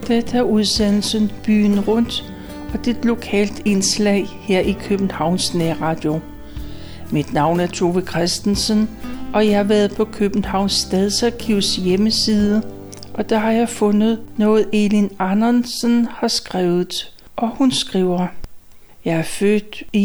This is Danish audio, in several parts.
Dette er udsendelsen Byen Rundt, og det er et lokalt indslag her i Københavns Nærradio. Mit navn er Tove Christensen, og jeg har været på Københavns Stadsarkivs hjemmeside, og der har jeg fundet noget Elin Andersen har skrevet, og hun skriver: Jeg er født i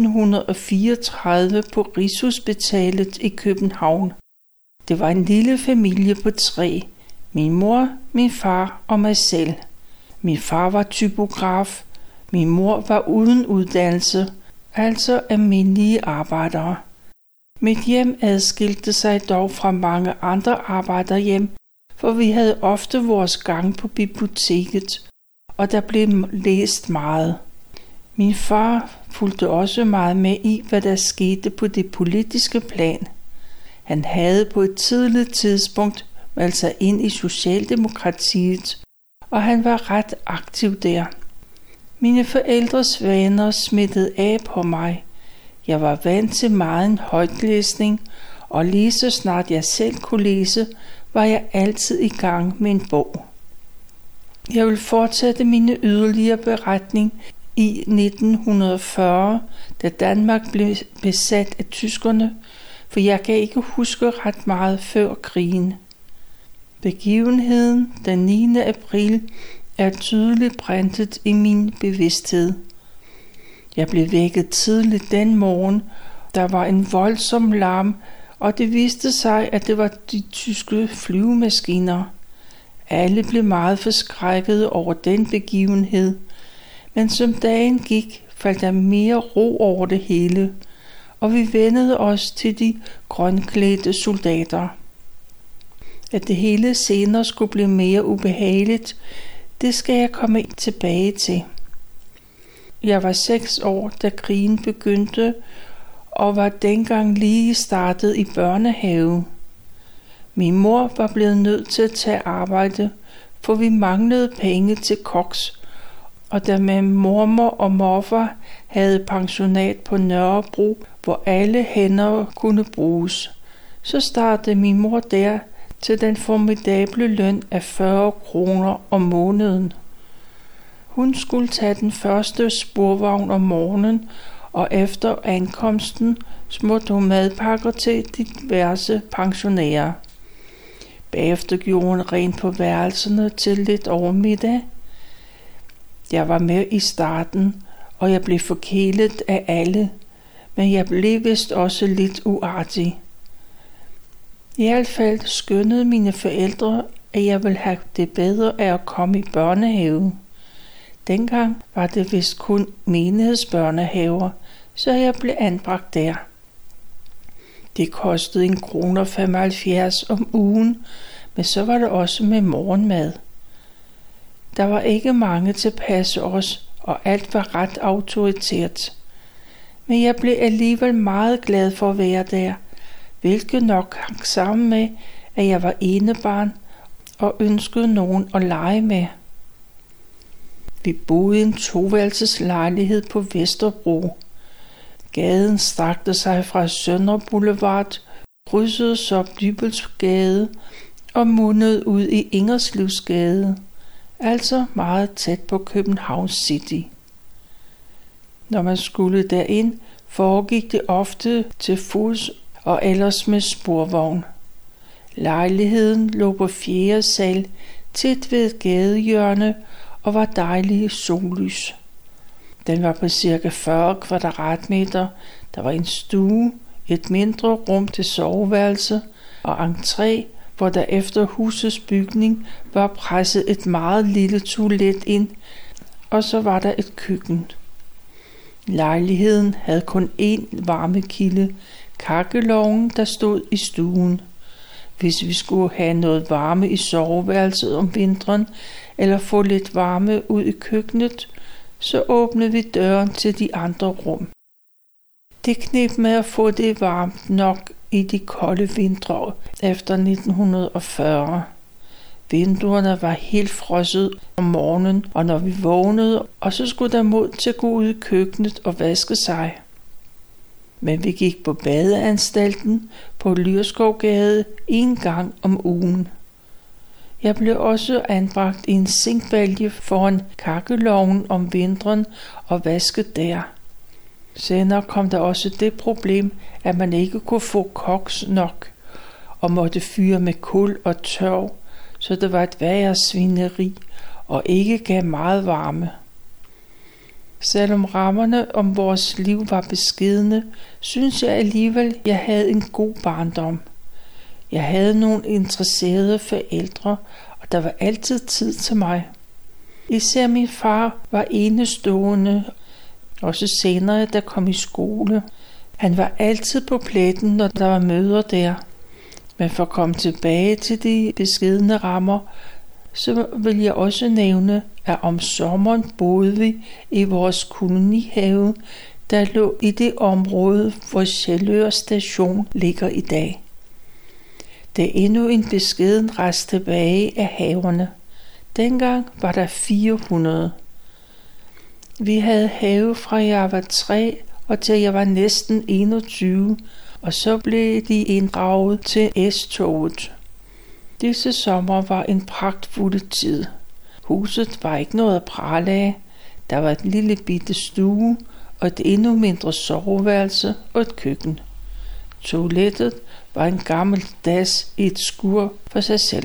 1934 på Rigshospitalet i København. Det var en lille familie på 3. Min mor, min far og mig selv. Min far var typograf. Min mor var uden uddannelse, altså almindelige arbejdere. Mit hjem adskilte sig dog fra mange andre arbejderhjem, for vi havde ofte vores gang på biblioteket, og der blev læst meget. Min far fulgte også meget med i, hvad der skete på det politiske plan. Han havde på et tidligt tidspunkt meldt sig ind i Socialdemokratiet, og han var ret aktiv der. Mine forældres vaner smittede af på mig. Jeg var vant til meget højtlæsning, og lige så snart jeg selv kunne læse, var jeg altid i gang med en bog. Jeg vil fortsætte mine yderligere beretning i 1940, da Danmark blev besat af tyskerne, for jeg kan ikke huske ret meget før krigen. Begivenheden den 9. april er tydeligt printet i min bevidsthed. Jeg blev vækket tidligt den morgen. Der var en voldsom larm, og det viste sig, at det var de tyske flyvemaskiner. Alle blev meget forskrækkede over den begivenhed, men som dagen gik, faldt der mere ro over det hele, og vi vennede os til de grønklædte soldater. At det hele senere skulle blive mere ubehageligt, det skal jeg komme tilbage til. Jeg var 6 år, da krigen begyndte, og var dengang lige startet i børnehave. Min mor var blevet nødt til at tage arbejde, for vi manglede penge til koks, og da min mormor og morfar havde pensionat på Nørrebro, hvor alle hænder kunne bruges, så startede min mor der til den formidable løn af 40 kroner om måneden. Hun skulle tage den første sporvogn om morgenen, og efter ankomsten smurte hun madpakker til diverse pensionærer. Bagefter gjorde hun rent på værelserne til lidt over middag. Jeg var med i starten, og jeg blev forkælet af alle, men jeg blev vist også lidt uartig. I hvert fald skønnede mine forældre, at jeg ville have det bedre af at komme i børnehave. Dengang var det vist kun menighedsbørnehaver, så jeg blev anbragt der. Det kostede 1,75 kroner om ugen, men så var det også med morgenmad. Der var ikke mange til at passe os, og alt var ret autoritært. Men jeg blev alligevel meget glad for at være der, hvilket nok hang sammen med, at jeg var enebarn og ønskede nogen at lege med. Vi boede i en 2-værelses lejlighed på Vesterbro. Gaden strakte sig fra Søndre Boulevard, krydsede så Dybelsgade og mundede ud i Ingerslevsgade, altså meget tæt på Københavns City. Når man skulle derind, foregik det ofte til fods og ellers med sporvogn. Lejligheden lå på 4. sal, tæt ved et gadehjørne og var dejlig sollys. Den var på cirka 40 kvadratmeter. Der var en stue, et mindre rum til soveværelse og entré, hvor der efter husets bygning var presset et meget lille toilet ind, og så var der et køkken. Lejligheden havde kun én varmekilde, kakkelovnen, der stod i stuen. Hvis vi skulle have noget varme i soveværelset om vinteren, eller få lidt varme ud i køkkenet, så åbnede vi døren til de andre rum. Det kneb med at få det varmt nok i de kolde vintre efter 1940. Vinduerne var helt frosset om morgenen, og når vi vågnede, og så skulle der mod til at gå ud i køkkenet og vaske sig. Men vi gik på badeanstalten på Lyrskovgade 1 gang om ugen. Jeg blev også anbragt i en zinkbalje foran kakkelovnen om vinteren og vasket der. Senere kom der også det problem, at man ikke kunne få koks nok og måtte fyre med kul og tørv, så det var et værre svineri og ikke gav meget varme. Selvom rammerne om vores liv var beskedne, synes jeg alligevel, jeg havde en god barndom. Jeg havde nogle interesserede forældre, og der var altid tid til mig. Især min far var enestående, også senere, der kom i skole. Han var altid på pletten, når der var møder der. Men for at komme tilbage til de beskedne rammer, så vil jeg også nævne, at om sommeren boede vi i vores kolonihave, der lå i det område, hvor Sjælør station ligger i dag. Det er endnu en beskeden rest tilbage af haverne. Dengang var der 400. Vi havde have fra jeg var 3 og til jeg var næsten 21, og så blev de inddraget til S-toget. Disse sommer var en pragtfuld tid. Huset var ikke noget at prale af. Der var et lille bitte stue og et endnu mindre soveværelse og et køkken. Toilettet var en gammel dass i et skur for sig selv.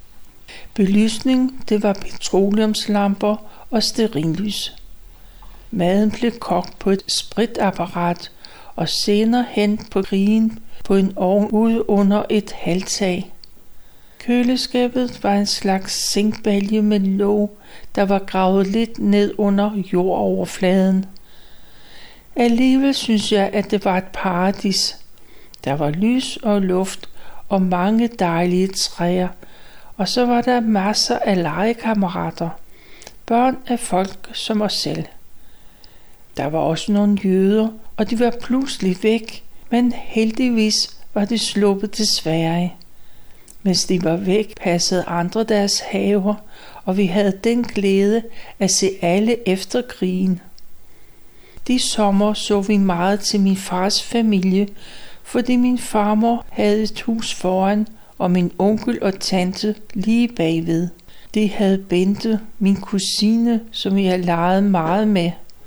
Belysning, det var petroleumslamper og stearinlys. Maden blev kogt på et spritapparat og senere hen på krigen på en ovn ude under et halvtag. Køleskabet var en slags zinkbalje med låg, der var gravet lidt ned under jordoverfladen. Alligevel synes jeg, at det var et paradis. Der var lys og luft og mange dejlige træer, og så var der masser af legekammerater, børn af folk som os selv. Der var også nogle jøder, og de var pludselig væk, men heldigvis var de sluppet til Sverige. Mens de var væk, passede andre deres haver, og vi havde den glæde at se alle efter krigen. De sommer så vi meget til min fars familie, fordi min farmor havde et hus foran, og min onkel og tante lige bagved. De havde Bente, min kusine, som jeg legede meget med.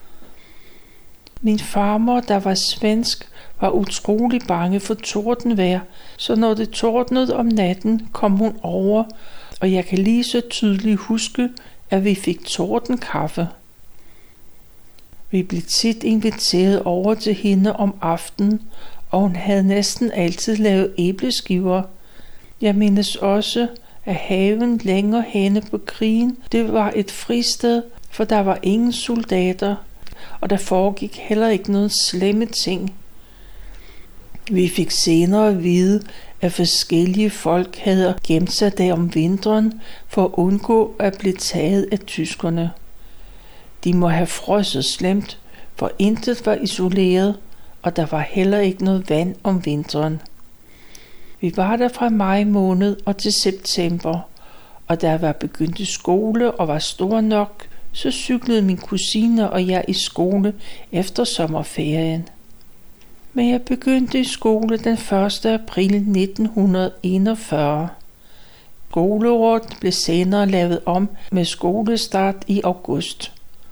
Min farmor, der var svensk, var utrolig bange for tordenvejr, så når det tordnede om natten, kom hun over, og jeg kan lige så tydeligt huske, at vi fik tordenkaffe. Vi blev tit inviteret over til hende om aftenen, og hun havde næsten altid lavet æbleskiver. Jeg mindes også, at haven længere henne på krigen, det var et fristed, for der var ingen soldater, og der foregik heller ikke noget slemme ting. Vi fik senere at vide, at forskellige folk havde gemt sig der om vinteren for at undgå at blive taget af tyskerne. De må have frosset slemt, for intet var isoleret, og der var heller ikke noget vand om vinteren. Vi var der fra maj måned og til september, og da jeg var begyndt i skole og var stor nok, så cyklede min kusine og jeg i skole efter sommerferien. Men jeg begyndte i skole den 1. april 1941. Skoleåret blev senere lavet om med skolestart i august.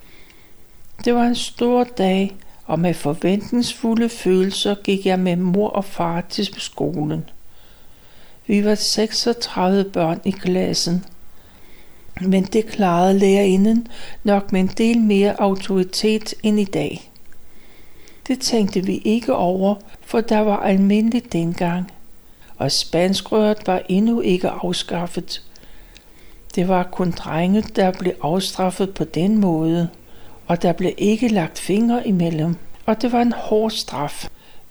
Det var en stor dag, og med forventningsfulde følelser gik jeg med mor og far til skolen. Vi var 36 børn i klassen, men det klarede lærerinden nok med en del mere autoritet end i dag. Det tænkte vi ikke over, for der var almindeligt dengang, og spanskrøret var endnu ikke afskaffet. Det var kun drenge, der blev afstraffet på den måde, og der blev ikke lagt fingre imellem, og det var en hård straf.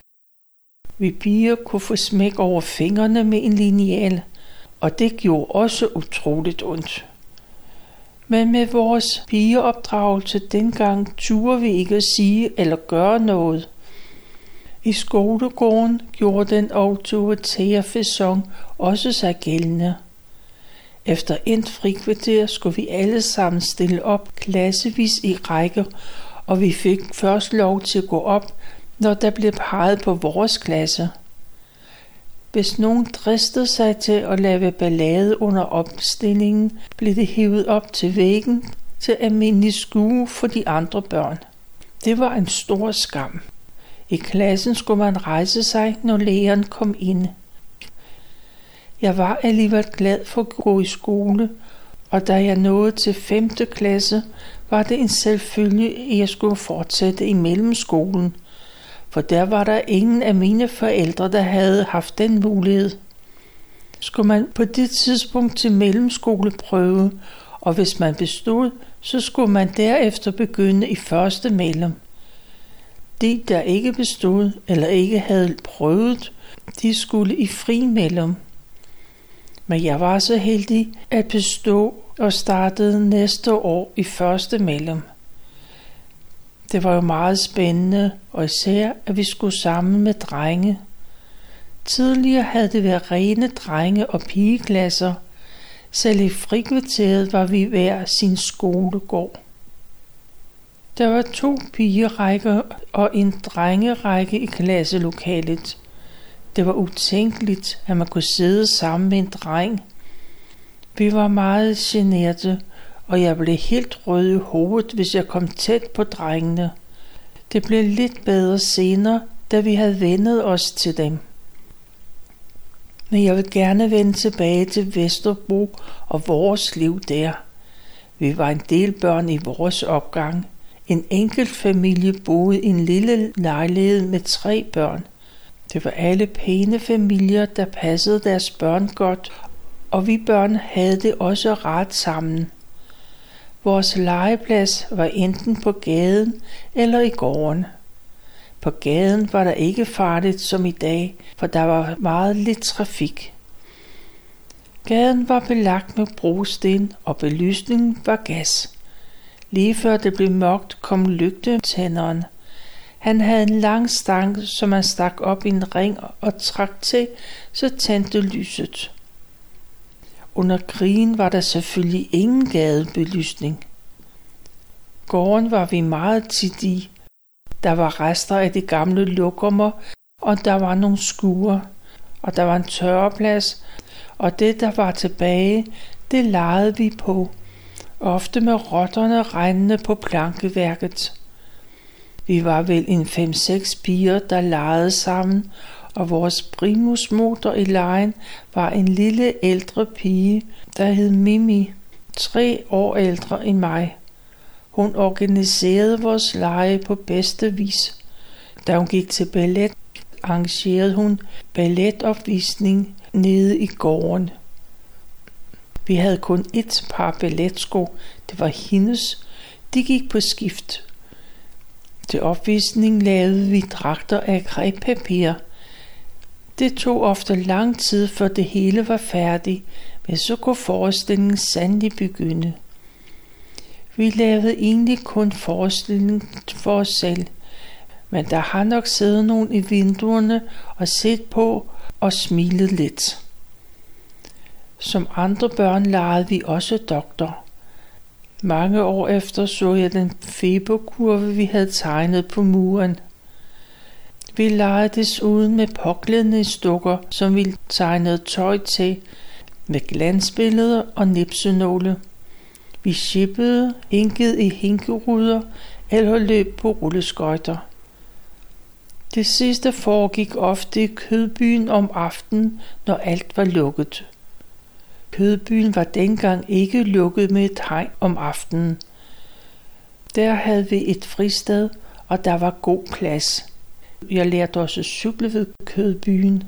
Vi piger kunne få smæk over fingrene med en lineal, og det gjorde også utroligt ondt. Men med vores pigeopdragelse dengang turde vi ikke at sige eller gøre noget. I skolegården gjorde den autoritære facon også sig gældende. Efter endt frikvarter skulle vi alle sammen stille op klassevis i række, og vi fik først lov til at gå op, når der blev peget på vores klasse. Hvis nogen dristede sig til at lave ballade under opstillingen, blev det hævet op til væggen til almindelig skue for de andre børn. Det var en stor skam. I klassen skulle man rejse sig, når læreren kom ind. Jeg var alligevel glad for at gå i skole, og da jeg nåede til 5. klasse, var det en selvfølge, at jeg skulle fortsætte i mellemskolen, for der var der ingen af mine forældre, der havde haft den mulighed. Skulle man på det tidspunkt til mellemskoleprøve, og hvis man bestod, så skulle man derefter begynde i 1. mellem. De, der ikke bestod eller ikke havde prøvet, de skulle i fri mellem. Men jeg var så heldig at bestå og startede næste år i 1. mellem. Det var jo meget spændende, og især at vi skulle sammen med drenge. Tidligere havde det været rene drenge- og pigeklasser. Selv i frikvarteret var vi hver sin skolegård. Der var 2 pigerækker og en drengerække i klasselokalet. Det var utænkeligt, at man kunne sidde sammen med en dreng. Vi var meget generte, og jeg blev helt rød i hovedet, hvis jeg kom tæt på drengene. Det blev lidt bedre senere, da vi havde vendet os til dem. Men jeg vil gerne vende tilbage til Vesterbro og vores liv der. Vi var en del børn i vores opgang. En enkelt familie boede i en lille lejlighed med 3 børn. Det var alle pæne familier, der passede deres børn godt, og vi børn havde det også ret sammen. Vores legeplads var enten på gaden eller i gården. På gaden var der ikke farligt som i dag, for der var meget lidt trafik. Gaden var belagt med brosten, og belysningen var gas. Lige før det blev mørkt, kom lygtetænderen. Han havde en lang stang, som han stak op i en ring og trak til, så tændte lyset. Under krigen var der selvfølgelig ingen gadebelysning. Gården var vi meget tit i. Der var rester af de gamle lokummer, og der var nogle skure, og der var en tørreplads, og det, der var tilbage, det legede vi på, ofte med rotterne rendende på plankeværket. Vi var vel en 5-6 piger, der legede sammen, og vores primusmotor i legen var en lille ældre pige, der hed Mimi, 3 år ældre end mig. Hun organiserede vores lege på bedste vis. Da hun gik til ballet, arrangerede hun balletopvisning nede i gården. Vi havde kun 1 par balletsko. Det var hendes. De gik på skift. Til opvisningen lavede vi dragter af crepepapir. Det tog ofte lang tid, før det hele var færdigt, men så kunne forestillingen sandelig begynde. Vi lavede egentlig kun forestillingen for os selv, men der har nok siddet nogen i vinduerne og set på og smilet lidt. Som andre børn legede vi også doktor. Mange år efter så jeg den feberkurve, vi havde tegnet på muren. Vi legede desuden med påklædningsdukker, som vi tegnede tøj til, med glansbilleder og nipsenåle. Vi shippede, hinkede i hinkeruder eller løb på rulleskøjter. Det sidste foregik ofte i Kødbyen om aftenen, når alt var lukket. Kødbyen var dengang ikke lukket med et hegn om aftenen. Der havde vi et fristed, og der var god plads. Jeg lærte også at cykle ved Kødbyen.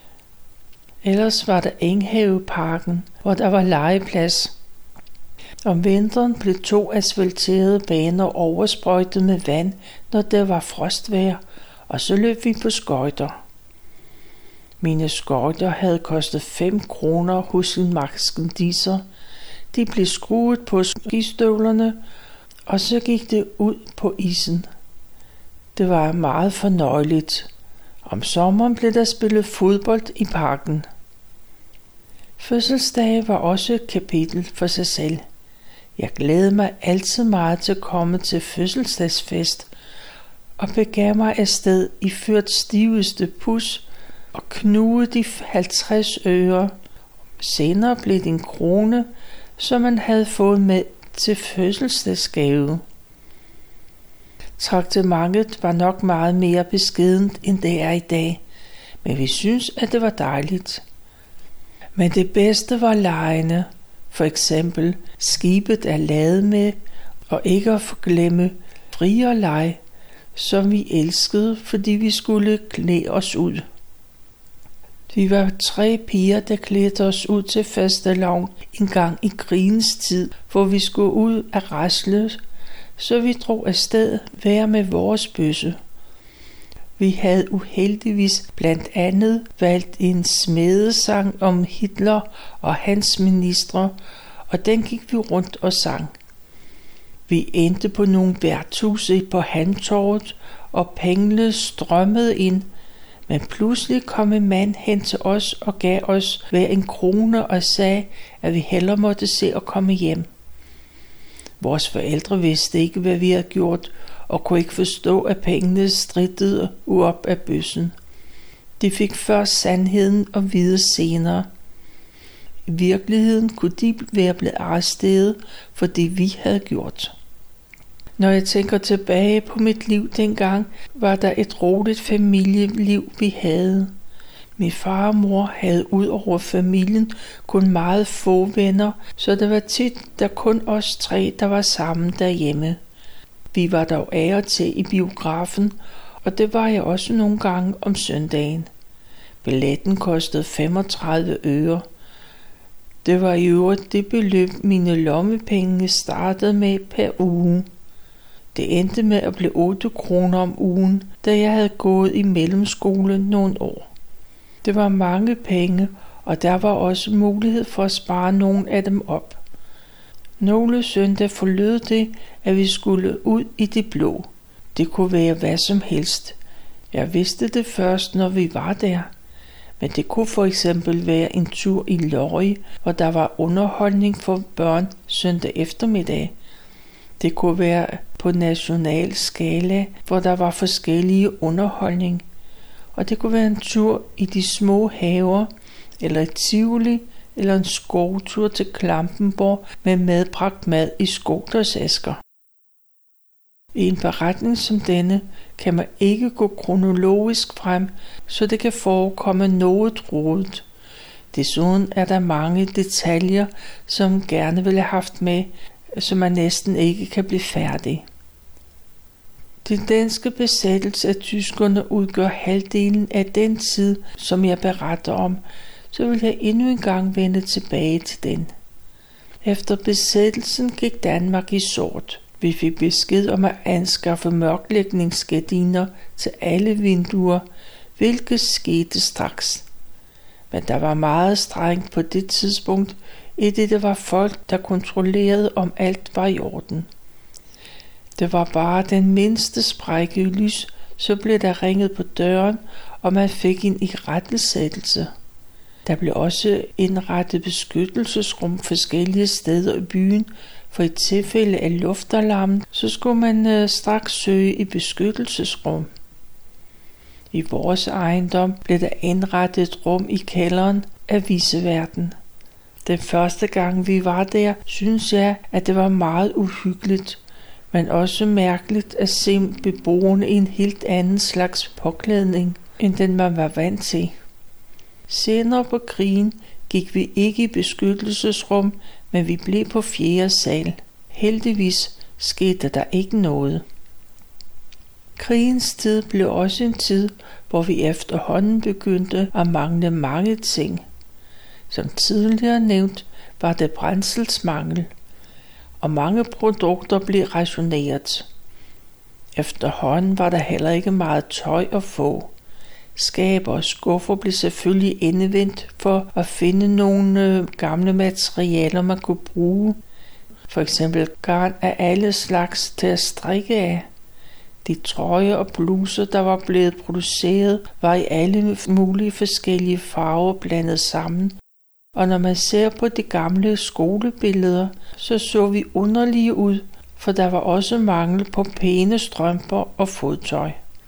Ellers var der Enghaveparken, hvor der var legeplads. Om vinteren blev 2 asfalterede baner oversprøjtet med vand, når der var frostvejr, og så løb vi på skøjter. Mine skøjter havde kostet 5 kroner hos en marskandiser. De blev skruet på skistøvlerne, og så gik det ud på isen. Det var meget fornøjeligt. Om sommeren blev der spillet fodbold i parken. Fødselsdage var også et kapitel for sig selv. Jeg glædede mig altid meget til at komme til fødselsdagsfest og begav mig afsted i ført stiveste pus og knugede de 50 øre. Senere blev det en krone, som man havde fået med til fødselsdagsgave. Traktementet var nok meget mere beskedent, end det er i dag, men vi synes, at det var dejligt. Men det bedste var legene, for eksempel skibet er lavet med, og ikke at forglemme frierleg, som vi elskede, fordi vi skulle klæde os ud. Vi var 3 piger, der klædte os ud til fastelavn en gang i krigens tid, hvor vi skulle ud at rasle, så vi drog afsted hver med vores bøsse. Vi havde uheldigvis blandt andet valgt en smedesang om Hitler og hans ministre, og den gik vi rundt og sang. Vi endte på nogle værtshuse på Handtorvet, og pengene strømmede ind, men pludselig kom en mand hen til os og gav os hver en krone og sagde, at vi hellere måtte se at komme hjem. Vores forældre vidste ikke, hvad vi havde gjort, og kunne ikke forstå, at pengene strittede op af bøssen. De fik først sandheden at vide senere. I virkeligheden kunne de være blevet arresteret for det, vi havde gjort. Når jeg tænker tilbage på mit liv dengang, var der et roligt familieliv, vi havde. Min far og mor havde ud over familien kun meget få venner, så det var tit, der kun os 3, der var sammen derhjemme. Vi var dog af og til i biografen, og det var jeg også nogle gange om søndagen. Billetten kostede 35 øre. Det var i øvrigt det beløb, mine lommepenge startede med per uge. Det endte med at blive 8 kroner om ugen, da jeg havde gået i mellemskole nogle år. Det var mange penge, og der var også mulighed for at spare nogle af dem op. Nogle søndage forlød det, at vi skulle ud i det blå. Det kunne være hvad som helst. Jeg vidste det først, når vi var der. Men det kunne for eksempel være en tur i Lorry, hvor der var underholdning for børn søndag eftermiddag. Det kunne være på national skala, hvor der var forskellige underholdning. Og det kunne være en tur i de små haver, eller et tivoli, eller en skovtur til Klampenborg med medbragt mad i skotersæsker. I en beretning som denne kan man ikke gå kronologisk frem, så det kan forekomme noget rodet. Desuden er der mange detaljer, som gerne ville have haft med, så man næsten ikke kan blive færdig. Den danske besættelse af tyskerne udgør halvdelen af den tid, som jeg beretter om, så vil jeg endnu en gang vende tilbage til den. Efter besættelsen gik Danmark i sort. Vi fik besked om at anskaffe mørklægningsgardiner til alle vinduer, hvilket skete straks. Men der var meget strengt på det tidspunkt, idet det var folk, der kontrollerede, om alt var i orden. Det var bare den mindste sprække i lys, så blev der ringet på døren, og man fik en irettesættelse. Der blev også indrettet beskyttelsesrum forskellige steder i byen, for i tilfælde af luftalarmen, så skulle man straks søge i beskyttelsesrum. I vores ejendom blev der indrettet et rum i kælderen af viceverden. Den første gang vi var der, synes jeg, at det var meget uhyggeligt, men også mærkeligt at se beboerne i en helt anden slags påklædning, end den man var vant til. Senere på krigen gik vi ikke i beskyttelsesrum, men vi blev på 4. sal. Heldigvis skete der ikke noget. Krigens tid blev også en tid, hvor vi efterhånden begyndte at mangle mange ting. Som tidligere nævnt, var det brændselsmangel, og mange produkter blev rationeret. Efterhånden var der heller ikke meget tøj at få. Skaber og skuffer blev selvfølgelig endevendt for at finde nogle gamle materialer, man kunne bruge. For eksempel garn af alle slags til at strikke af. De trøjer og bluser, der var blevet produceret, var i alle mulige forskellige farver blandet sammen. Og når man ser på de gamle skolebilleder, så vi underlige ud, for der var også mangel på pæne strømper og fodtøj.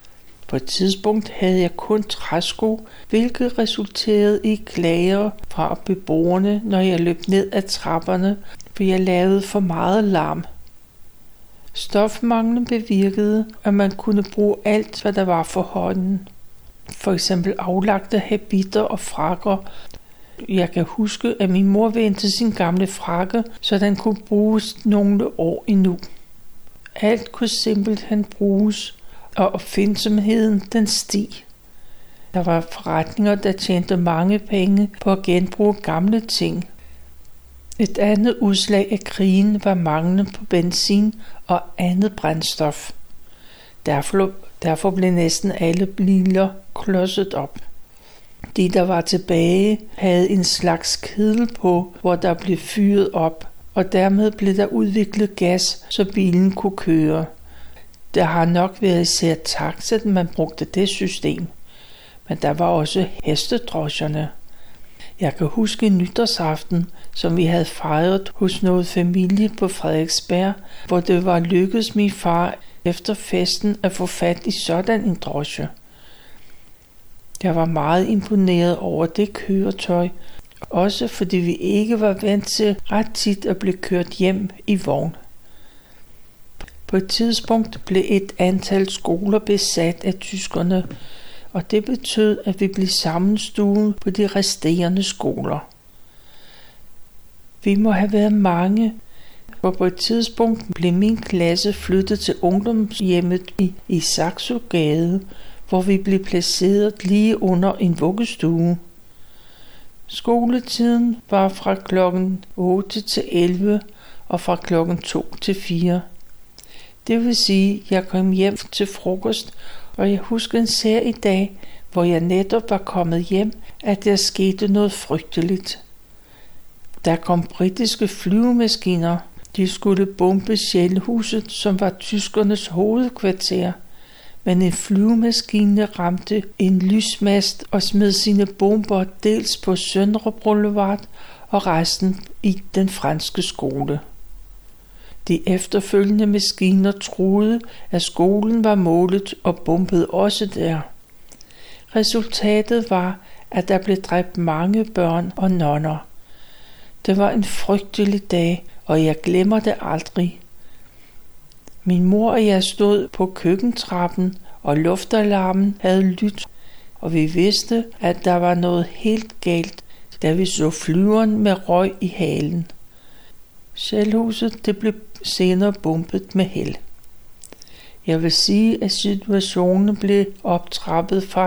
På et tidspunkt havde jeg kun træsko, hvilket resulterede i klager fra beboerne, når jeg løb ned ad trapperne, for jeg lavede for meget larm. Stofmanglen bevirkede, at man kunne bruge alt, hvad der var for hånden. For eksempel aflagte habitter og frakker. Jeg kan huske, at min mor vendte sin gamle frakke, så den kunne bruges nogle år endnu. Alt kunne simpelthen bruges, og opfindsomheden den steg. Der var forretninger, der tjente mange penge på at genbruge gamle ting. Et andet udslag af krigen var manglen på benzin og andet brændstof. Derfor blev næsten alle biler klodset op. De, der var tilbage, havde en slags kedel på, hvor der blev fyret op, og dermed blev der udviklet gas, så bilen kunne køre. Der har nok været især taxaet, man brugte det system, men der var også hestedroscherne. Jeg kan huske nytårsaften, som vi havde fejret hos noget familie på Frederiksberg, hvor det var lykkedes min far efter festen at få fat i sådan en drosje. Jeg var meget imponeret over det køretøj, også fordi vi ikke var vant til ret tit at blive kørt hjem i vogn. På et tidspunkt blev et antal skoler besat af tyskerne, og det betød, at vi blev sammenstuet på de resterende skoler. Vi må have været mange, for på et tidspunkt blev min klasse flyttet til ungdomshjemmet i Saxogade, hvor vi blev placeret lige under en vuggestue. Skoletiden var fra klokken 8 til 11 og fra klokken 2 til 4. Det vil sige, at jeg kom hjem til frokost, og jeg husker en sær i dag, hvor jeg netop var kommet hjem, at der skete noget frygteligt. Der kom britiske flyvemaskiner. De skulle bombe Shellhuset, som var tyskernes hovedkvarter. Men en flyvemaskine ramte en lysmast og smed sine bomber dels på Søndre Boulevard og resten i den franske skole. De efterfølgende maskiner troede, at skolen var målet og bombede også der. Resultatet var, at der blev dræbt mange børn og nonner. Det var en frygtelig dag, og jeg glemmer det aldrig. Min mor og jeg stod på køkkentrappen, og luftalarmen havde lyttet, og vi vidste, at der var noget helt galt, da vi så flyveren med røg i halen. Shellhuset det blev senere bombet med held. Jeg vil sige, at situationen blev optrappet fra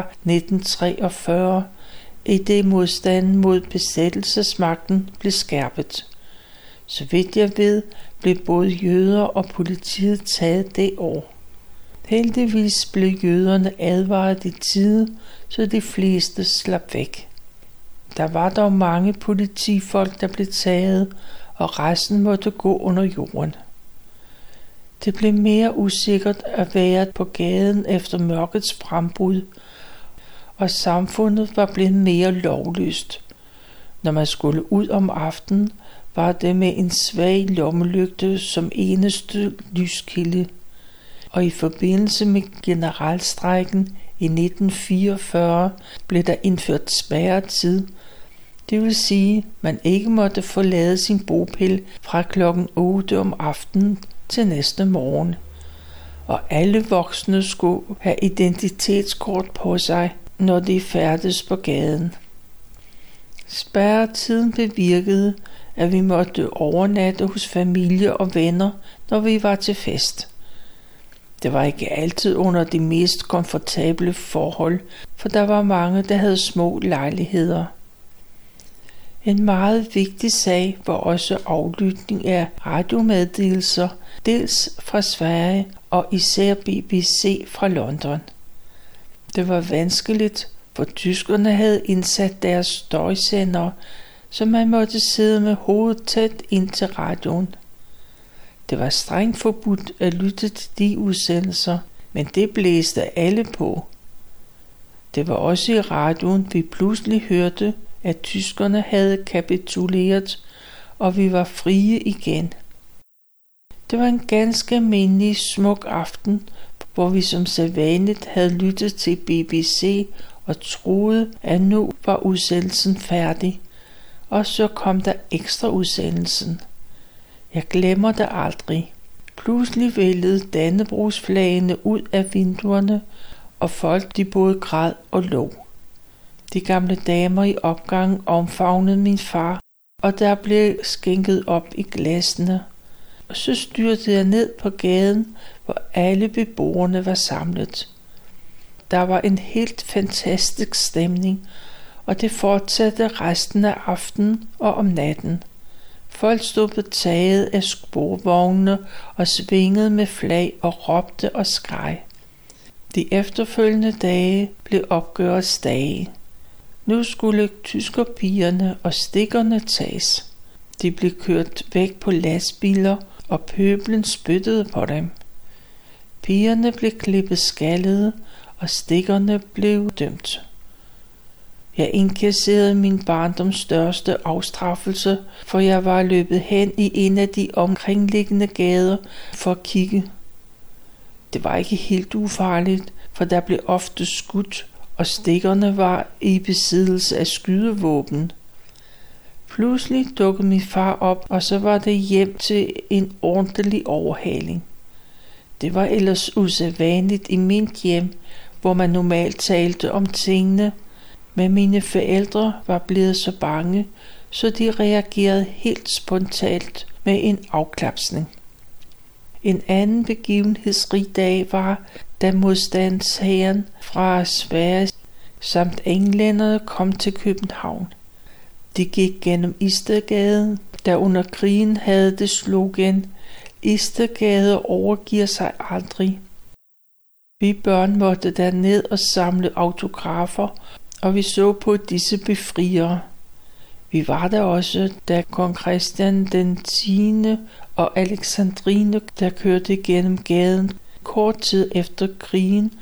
1943, i det modstanden mod besættelsesmagten blev skærpet. Så vidt jeg ved, blev både jøder og politiet taget det år. Heldigvis blev jøderne advaret i tide, så de fleste slap væk. Der var dog mange politifolk, der blev taget, og resten måtte gå under jorden. Det blev mere usikkert at være på gaden efter mørkets frembrud, og samfundet var blevet mere lovløst. Når man skulle ud om aftenen, var det med en svag lommelygte som eneste lyskilde. Og i forbindelse med generalstrejken i 1944 blev der indført spærretid. Det vil sige, at man ikke måtte forlade sin bopæl fra klokken 8 om aftenen til næste morgen. Og alle voksne skulle have identitetskort på sig, når de færdes på gaden. Spærretiden bevirkede, at vi måtte overnatte hos familie og venner, når vi var til fest. Det var ikke altid under de mest komfortable forhold, for der var mange, der havde små lejligheder. En meget vigtig sag var også aflytning af radiomeddelelser, dels fra Sverige og især BBC fra London. Det var vanskeligt, for tyskerne havde indsat deres støjsender, så man måtte sidde med hovedet tæt ind til radioen. Det var strengt forbudt at lytte til de udsendelser, men det blæste alle på. Det var også i radioen, vi pludselig hørte, at tyskerne havde kapituleret, og vi var frie igen. Det var en ganske almindelig smuk aften hvor vi som sædvanligt havde lyttet til BBC og troede, at nu var udsendelsen færdig. Og så kom der ekstra udsendelsen. Jeg glemmer det aldrig. Pludselig væltede dannebrogsflagene ud af vinduerne, og folk de både græd og lå. De gamle damer i opgangen omfavnede min far, og der blev skænket op i glasene. Og så styrtede jeg ned på gaden, hvor alle beboerne var samlet. Der var en helt fantastisk stemning, og det fortsatte resten af aftenen og om natten. Folk stod på taget af sporvognene og svingede med flag og råbte og skreg. De efterfølgende dage blev opgørets dage. Nu skulle tyskerpigerne og stikkerne tages. De blev kørt væk på lastbiler, og pøblen spyttede på dem. Pigerne blev klippet skallede, og stikkerne blev dømt. Jeg inkasserede min barndoms største afstraffelse, for jeg var løbet hen i en af de omkringliggende gader for at kigge. Det var ikke helt ufarligt, for der blev ofte skudt, og stikkerne var i besiddelse af skydevåben. Pludselig dukkede min far op, og så var det hjem til en ordentlig overhaling. Det var ellers usædvanligt i mit hjem, hvor man normalt talte om tingene, men mine forældre var blevet så bange, så de reagerede helt spontant med en afklapsning. En anden begivenhedsrig dag var, da modstandshæren fra Sverige samt englænderne kom til København. De gik gennem Istedgade, der under krigen havde det slogan: Istedgade overgiver sig aldrig. Vi børn måtte derned og samle autografer, og vi så på disse befriere. Vi var der også, da kong Christian den 10. og Alexandrine, der kørte gennem gaden kort tid efter krigen,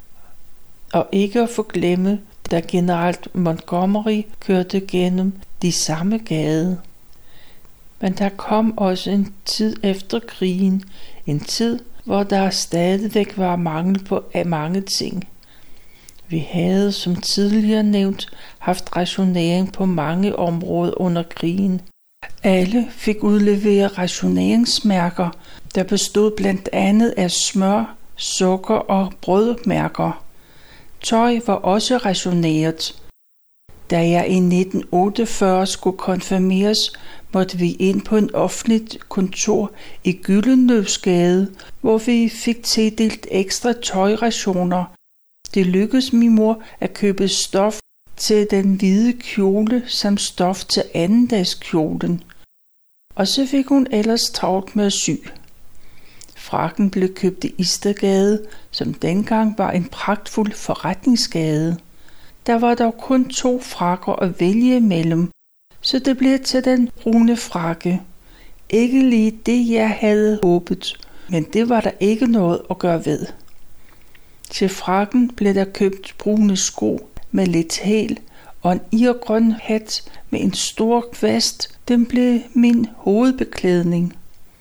og ikke at forglemme, da general Montgomery kørte gennem de samme gade. Men der kom også en tid efter krigen, en tid, hvor der stadigvæk var mangel på mange ting. Vi havde, som tidligere nævnt, haft rationering på mange områder under krigen. Alle fik udleveret rationeringsmærker, der bestod blandt andet af smør, sukker og brødmærker. Tøj var også rationeret. Da jeg i 1948 skulle konfirmeres, måtte vi ind på en offentligt kontor i Gyldenløvsgade, hvor vi fik tildelt ekstra tøjrationer. Det lykkedes min mor at købe stof til den hvide kjole samt stof til andendagskjolen. Og så fik hun ellers travlt med at sy. Frakken blev købt i Istedgade, som dengang var en pragtfuld forretningsgade. Der var dog kun 2 frakker at vælge imellem, så det blev til den brune frakke. Ikke lige det, jeg havde håbet, men det var der ikke noget at gøre ved. Til frakken blev der købt brune sko med lidt hæl og en irgrøn hat med en stor kvast. Den blev min hovedbeklædning.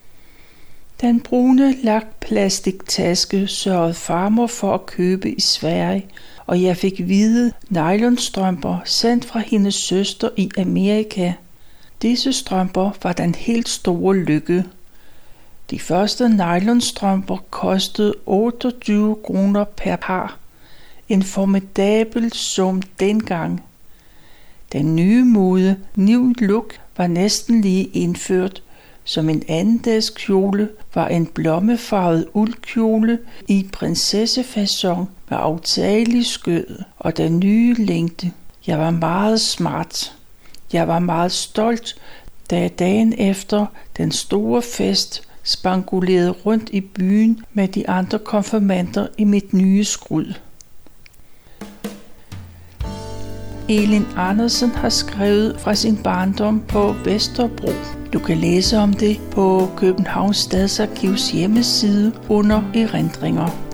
Den brune lakplastiktaske sørgede farmor for at købe i Sverige, og jeg fik hvide nylonstrømper sendt fra hendes søster i Amerika. Disse strømper var den helt store lykke. De første nylonstrømper kostede 28 kroner per par. En formidabel sum dengang. Den nye mode, New Look, var næsten lige indført. Som en andendagskjole var en blommefarvet uldkjole i prinsessefacon med aftagelig skød og den nye længde. Jeg var meget smart. Jeg var meget stolt, da jeg dagen efter den store fest spangulerede rundt i byen med de andre konfirmander i mit nye skrud. Elin Andersen har skrevet fra sin barndom på Vesterbro. Du kan læse om det på Københavns Stadsarkivs hjemmeside under erindringer.